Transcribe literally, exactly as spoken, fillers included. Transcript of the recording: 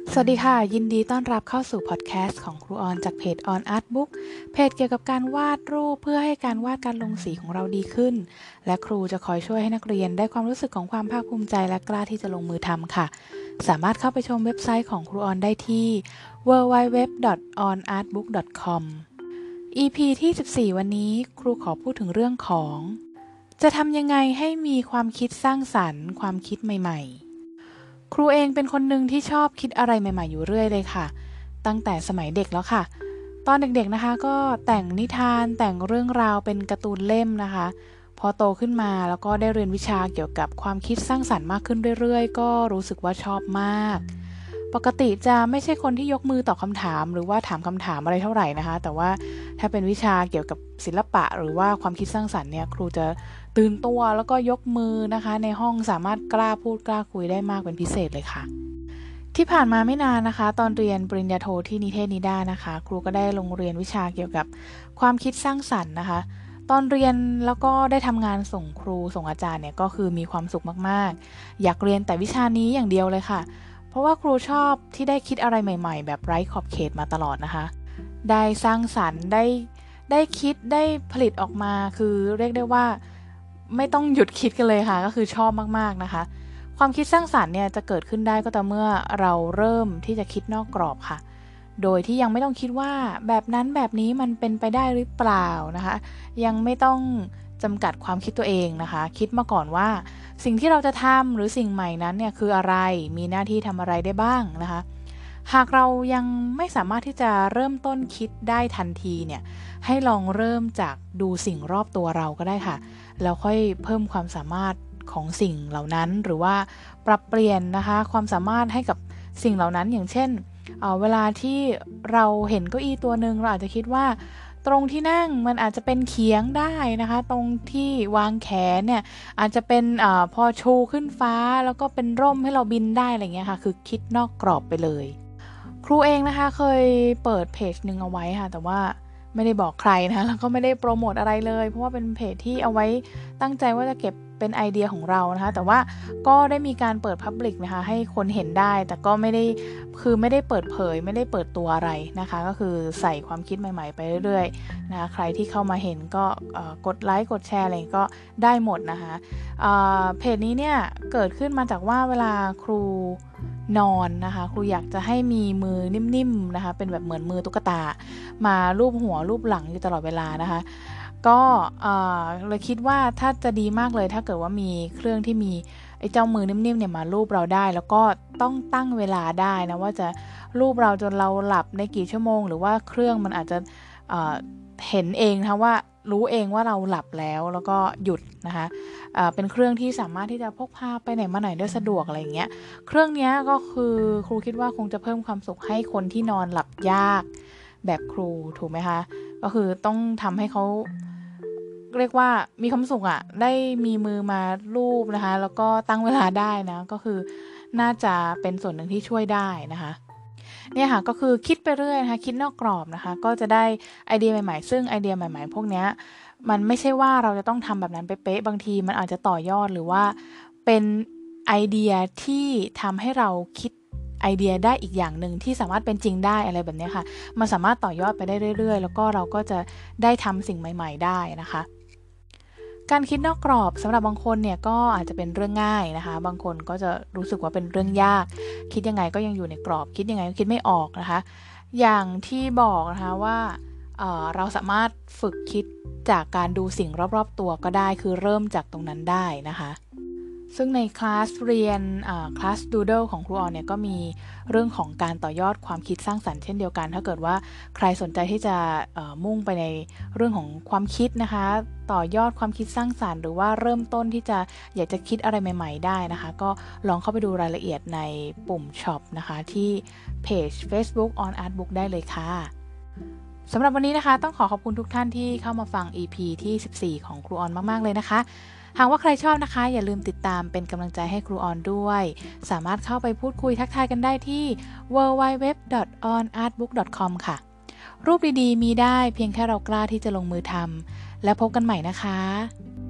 สวัสดีค่ะยินดีต้อนรับเข้าสู่พอดแคสต์ของครูออนจากเพจ On Art Book เพจเกี่ยวกับการวาดรูปเพื่อให้การวาดการลงสีของเราดีขึ้นและครูจะคอยช่วยให้นักเรียนได้ความรู้สึกของความภาคภูมิใจและกล้าที่จะลงมือทำค่ะสามารถเข้าไปชมเว็บไซต์ของครูออนได้ที่ ดับเบิลยู ดับเบิลยู ดับเบิลยู ดอท ออน อาร์ต บุ๊ก ดอท คอม อี พี ที่สิบสี่วันนี้ครูขอพูดถึงเรื่องของจะทำยังไงให้มีความคิดสร้างสรรค์ความคิดใหม่ๆครูเองเป็นคนหนึ่งที่ชอบคิดอะไรใหม่ๆอยู่เรื่อยเลยค่ะตั้งแต่สมัยเด็กแล้วค่ะตอนเด็กๆนะคะก็แต่งนิทานแต่งเรื่องราวเป็นการ์ตูนเล่มนะคะพอโตขึ้นมาแล้วก็ได้เรียนวิชาเกี่ยวกับความคิดสร้างสรรค์มากขึ้นเรื่อยๆก็รู้สึกว่าชอบมากปกติจะไม่ใช่คนที่ยกมือตอบคำถามหรือว่าถามคำถามอะไรเท่าไหร่นะคะแต่ว่าถ้าเป็นวิชาเกี่ยวกับศิลปะหรือว่าความคิดสร้างสรรค์เนี่ยครูจะตื่นตัวแล้วก็ยกมือนะคะในห้องสามารถกล้าพูดกล้าคุยได้มากเป็นพิเศษเลยค่ะที่ผ่านมาไม่นานนะคะตอนเรียนปริญญาโทที่นิเทศนิด้านะคะครูก็ได้ลงเรียนวิชาเกี่ยวกับความคิดสร้างสรรค์นะคะตอนเรียนแล้วก็ได้ทำงานส่งครูส่งอาจารย์เนี่ยก็คือมีความสุขมากๆอยากเรียนแต่วิชานี้อย่างเดียวเลยค่ะเพราะว่าครูชอบที่ได้คิดอะไรใหม่ๆแบบไร้ขอบเขตมาตลอดนะคะได้สร้างสรรค์ได้ได้คิดได้ผลิตออกมาคือเรียกได้ว่าไม่ต้องหยุดคิดกันเลยค่ะก็คือชอบมากๆนะคะความคิดสร้างสรรค์เนี่ยจะเกิดขึ้นได้ก็ต่อเมื่อเราเริ่มที่จะคิดนอกกรอบค่ะโดยที่ยังไม่ต้องคิดว่าแบบนั้นแบบนี้มันเป็นไปได้หรือเปล่านะคะยังไม่ต้องจำกัดความคิดตัวเองนะคะคิดมาก่อนว่าสิ่งที่เราจะทำหรือสิ่งใหม่นั้นเนี่ยคืออะไรมีหน้าที่ทำอะไรได้บ้างนะคะหากเรายังไม่สามารถที่จะเริ่มต้นคิดได้ทันทีเนี่ยให้ลองเริ่มจากดูสิ่งรอบตัวเราก็ได้ค่ะแล้วค่อยเพิ่มความสามารถของสิ่งเหล่านั้นหรือว่าปรับเปลี่ยนนะคะความสามารถให้กับสิ่งเหล่านั้นอย่างเช่น เอ่อ เวลาที่เราเห็นเก้าอี้ตัวหนึ่งเราอาจจะคิดว่าตรงที่นั่งมันอาจจะเป็นเขียงได้นะคะตรงที่วางแขนเนี่ยอาจจะเป็นเอ่อพอชูขึ้นฟ้าแล้วก็เป็นร่มให้เราบินได้อะไรเงี้ยค่ะคือคิดนอกกรอบไปเลยครูเองนะคะเคยเปิดเพจหนึ่งเอาไว้ค่ะแต่ว่าไม่ได้บอกใครนะแล้วก็ไม่ได้โปรโมทอะไรเลยเพราะว่าเป็นเพจที่เอาไว้ตั้งใจว่าจะเก็บเป็นไอเดียของเรานะคะแต่ว่าก็ได้มีการเปิด Public นะคะให้คนเห็นได้แต่ก็ไม่ได้คือไม่ได้เปิดเผยไม่ได้เปิดตัวอะไรนะคะก็คือใส่ความคิดใหม่ๆไปเรื่อยๆนะคะใครที่เข้ามาเห็นก็กดไลค์กดแชร์อะไรก็ได้หมดนะคะเพจนี้เนี่ยเกิดขึ้นมาจากว่าเวลาครูนอนนะคะครูอยากจะให้มีมือนิ่มๆนะคะเป็นแบบเหมือนมือตุ๊กตามาลูบหัวลูบหลังอยู่ตลอดเวลานะคะก็เลยคิดว่าถ้าจะดีมากเลยถ้าเกิดว่ามีเครื่องที่มีไอ้เจ้ามือนิ่มๆเนี่ยมาลูบเราได้แล้วก็ต้องตั้งเวลาได้นะว่าจะลูบเราจนเราหลับในกี่ชั่วโมงหรือว่าเครื่องมันอาจจะเอ่อเห็นเองนะคะว่ารู้เองว่าเราหลับแล้วแล้วก็หยุดนะคะเอ่อเป็นเครื่องที่สามารถที่จะพกพาไปไหนมาไหนได้สะดวกอะไรอย่างเงี้ยเครื่องนี้ก็คือครูคิดว่าคงจะเพิ่มความสุขให้คนที่นอนหลับยากแบบครูถูกไหมคะก็คือต้องทำให้เขาเรียกว่ามีความสุขอ่ะได้มีมือมาลูบนะคะแล้วก็ตั้งเวลาได้นะก็คือน่าจะเป็นส่วนหนึ่งที่ช่วยได้นะคะเนี่ยค่ะก็คือคิดไปเรื่อยนะคะคิดนอกกรอบนะคะก็จะได้ไอเดียใหม่ๆซึ่งไอเดียใหม่ๆพวกนี้มันไม่ใช่ว่าเราจะต้องทำแบบนั้นเป๊ะๆบางทีมันอาจจะต่อยอดหรือว่าเป็นไอเดียที่ทำให้เราคิดไอเดียได้อีกอย่างหนึ่งที่สามารถเป็นจริงได้อะไรแบบนี้ค่ะมันสามารถต่อยอดไปได้เรื่อยๆแล้วก็เราก็จะได้ทำสิ่งใหม่ๆได้นะคะการคิดนอกกรอบสำหรับบางคนเนี่ยก็อาจจะเป็นเรื่องง่ายนะคะบางคนก็จะรู้สึกว่าเป็นเรื่องยากคิดยังไงก็ยังอยู่ในกรอบคิดยังไงก็คิดไม่ออกนะคะอย่างที่บอกนะคะว่าเอ่อเราสามารถฝึกคิดจากการดูสิ่งรอบๆตัวก็ได้คือเริ่มจากตรงนั้นได้นะคะซึ่งในคลาสเรียนคลาส Doodle ของครูออนเนี่ยก็มีเรื่องของการต่อยอดความคิดสร้างสรรค์เช่นเดียวกันถ้าเกิดว่าใครสนใจที่จะมุ่งไปในเรื่องของความคิดนะคะต่อยอดความคิดสร้างสรรค์หรือว่าเริ่มต้นที่จะอยากจะคิดอะไรใหม่ๆได้นะคะก็ลองเข้าไปดูรายละเอียดในปุ่มช็อปนะคะที่เพจ Facebook On Art Book ได้เลยค่ะสำหรับวันนี้นะคะต้องขอขอบคุณทุกท่านที่เข้ามาฟัง อี พี ที่สิบสี่ของครูออนมากๆเลยนะคะหากว่าใครชอบนะคะอย่าลืมติดตามเป็นกำลังใจให้ครูออนด้วยสามารถเข้าไปพูดคุยทักทายกันได้ที่ ดับเบิลยู ดับเบิลยู ดับเบิลยู ดอท ออน อาร์ต บุ๊ก ดอท คอม ค่ะรูปดีๆมีได้เพียงแค่เรากล้าที่จะลงมือทำและพบกันใหม่นะคะ